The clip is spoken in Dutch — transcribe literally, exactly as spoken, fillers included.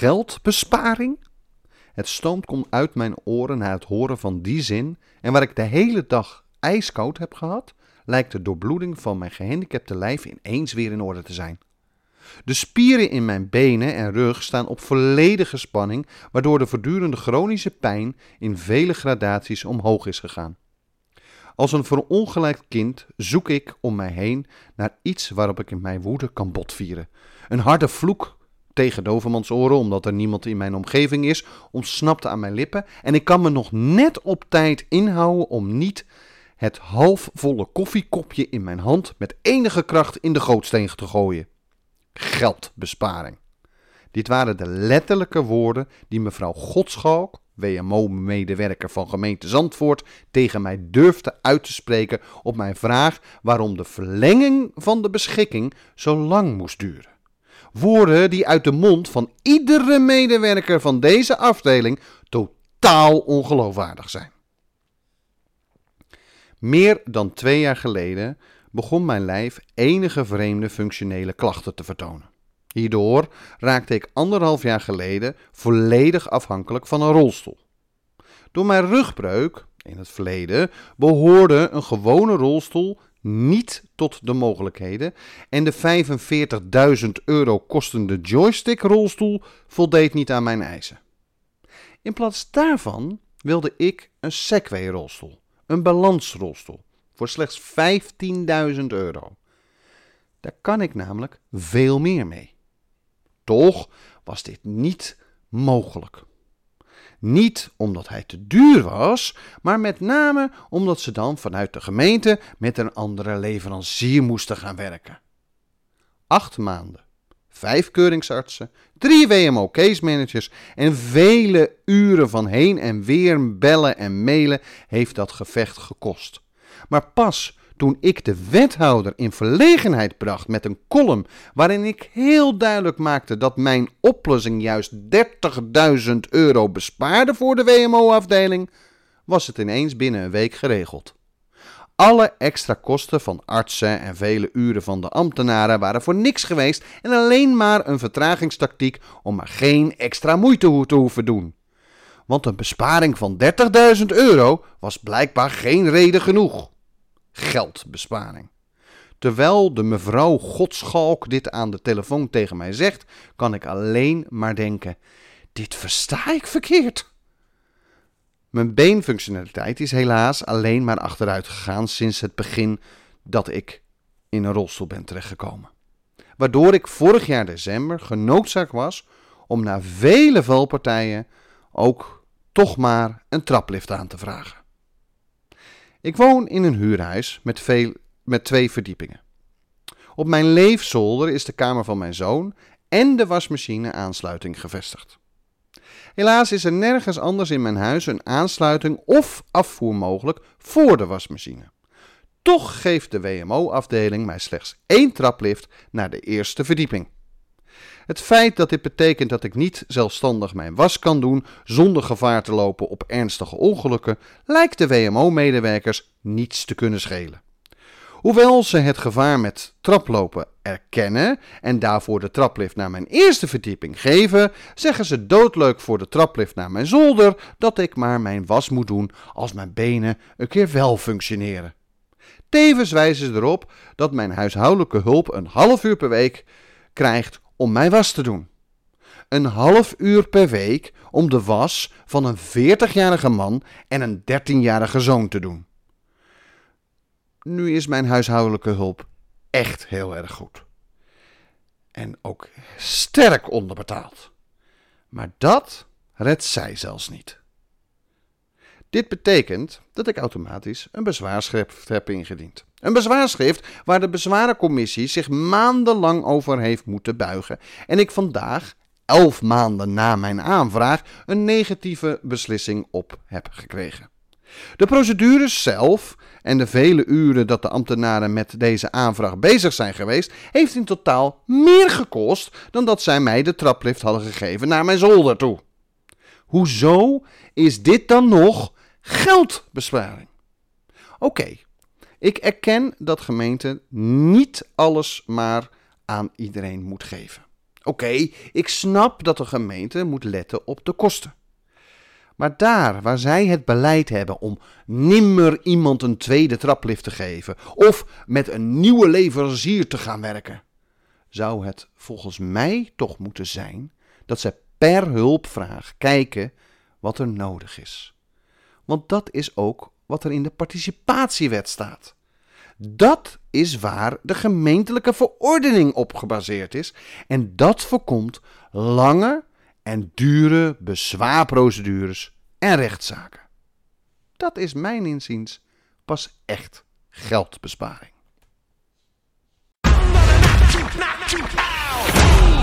geldbesparing? Het stoomt komt uit mijn oren na het horen van die zin en waar ik de hele dag ijskoud heb gehad, lijkt de doorbloeding van mijn gehandicapte lijf ineens weer in orde te zijn. De spieren in mijn benen en rug staan op volledige spanning, waardoor de voortdurende chronische pijn in vele gradaties omhoog is gegaan. Als een verongelijkt kind zoek ik om mij heen naar iets waarop ik in mijn woede kan botvieren. Een harde vloek tegen dovermans oren, omdat er niemand in mijn omgeving is, ontsnapt aan mijn lippen en ik kan me nog net op tijd inhouden om niet het halfvolle koffiekopje in mijn hand met enige kracht in de gootsteen te gooien. Geldbesparing. Dit waren de letterlijke woorden die mevrouw Godschalk, W M O-medewerker van gemeente Zandvoort, tegen mij durfde uit te spreken op mijn vraag waarom de verlenging van de beschikking zo lang moest duren. Woorden die uit de mond van iedere medewerker van deze afdeling totaal ongeloofwaardig zijn. Meer dan twee jaar geleden begon mijn lijf enige vreemde functionele klachten te vertonen. Hierdoor raakte ik anderhalf jaar geleden volledig afhankelijk van een rolstoel. Door mijn rugbreuk in het verleden behoorde een gewone rolstoel niet tot de mogelijkheden en de vijfenveertigduizend euro kostende joystick-rolstoel voldeed niet aan mijn eisen. In plaats daarvan wilde ik een Segway-rolstoel, een balansrolstoel, voor slechts vijftienduizend euro. Daar kan ik namelijk veel meer mee. Toch was dit niet mogelijk. Niet omdat hij te duur was, maar met name omdat ze dan vanuit de gemeente met een andere leverancier moesten gaan werken. Acht maanden, vijf keuringsartsen, drie W M O case managers en vele uren van heen en weer bellen en mailen heeft dat gevecht gekost. Maar pas toen ik de wethouder in verlegenheid bracht met een column waarin ik heel duidelijk maakte dat mijn oplossing juist dertigduizend euro bespaarde voor de W M O-afdeling, was het ineens binnen een week geregeld. Alle extra kosten van artsen en vele uren van de ambtenaren waren voor niks geweest en alleen maar een vertragingstactiek om maar geen extra moeite te hoeven doen. Want een besparing van dertigduizend euro was blijkbaar geen reden genoeg. Geldbesparing. Terwijl de mevrouw Godschalk dit aan de telefoon tegen mij zegt, kan ik alleen maar denken, dit versta ik verkeerd. Mijn beenfunctionaliteit is helaas alleen maar achteruit gegaan sinds het begin dat ik in een rolstoel ben terechtgekomen. Waardoor ik vorig jaar december genoodzaakt was om na vele valpartijen ook toch maar een traplift aan te vragen. Ik woon in een huurhuis met, veel, met twee verdiepingen. Op mijn leefzolder is de kamer van mijn zoon en de wasmachine aansluiting gevestigd. Helaas is er nergens anders in mijn huis een aansluiting of afvoer mogelijk voor de wasmachine. Toch geeft de W M O-afdeling mij slechts één traplift naar de eerste verdieping. Het feit dat dit betekent dat ik niet zelfstandig mijn was kan doen zonder gevaar te lopen op ernstige ongelukken, lijkt de W M O-medewerkers niets te kunnen schelen. Hoewel ze het gevaar met traplopen erkennen en daarvoor de traplift naar mijn eerste verdieping geven, zeggen ze doodleuk voor de traplift naar mijn zolder dat ik maar mijn was moet doen als mijn benen een keer wel functioneren. Tevens wijzen ze erop dat mijn huishoudelijke hulp een half uur per week krijgt om mijn was te doen. Een half uur per week om de was van een veertigjarige man en een dertienjarige zoon te doen. Nu is mijn huishoudelijke hulp echt heel erg goed. En ook sterk onderbetaald. Maar dat redt zij zelfs niet. Dit betekent dat ik automatisch een bezwaarschrift heb ingediend. Een bezwaarschrift waar de bezwarencommissie zich maandenlang over heeft moeten buigen en ik vandaag, elf maanden na mijn aanvraag, een negatieve beslissing op heb gekregen. De procedures zelf en de vele uren dat de ambtenaren met deze aanvraag bezig zijn geweest, heeft in totaal meer gekost dan dat zij mij de traplift hadden gegeven naar mijn zolder toe. Hoezo is dit dan nog geldbesparing? Oké, okay, ik erken dat gemeenten niet alles maar aan iedereen moet geven. Oké, okay, ik snap dat de gemeente moet letten op de kosten. Maar daar waar zij het beleid hebben om nimmer iemand een tweede traplift te geven of met een nieuwe leverancier te gaan werken, zou het volgens mij toch moeten zijn dat ze per hulpvraag kijken wat er nodig is. Want dat is ook wat er in de participatiewet staat. Dat is waar de gemeentelijke verordening op gebaseerd is en dat voorkomt lange en dure bezwaarprocedures en rechtszaken. Dat is mijn inziens pas echt geldbesparing.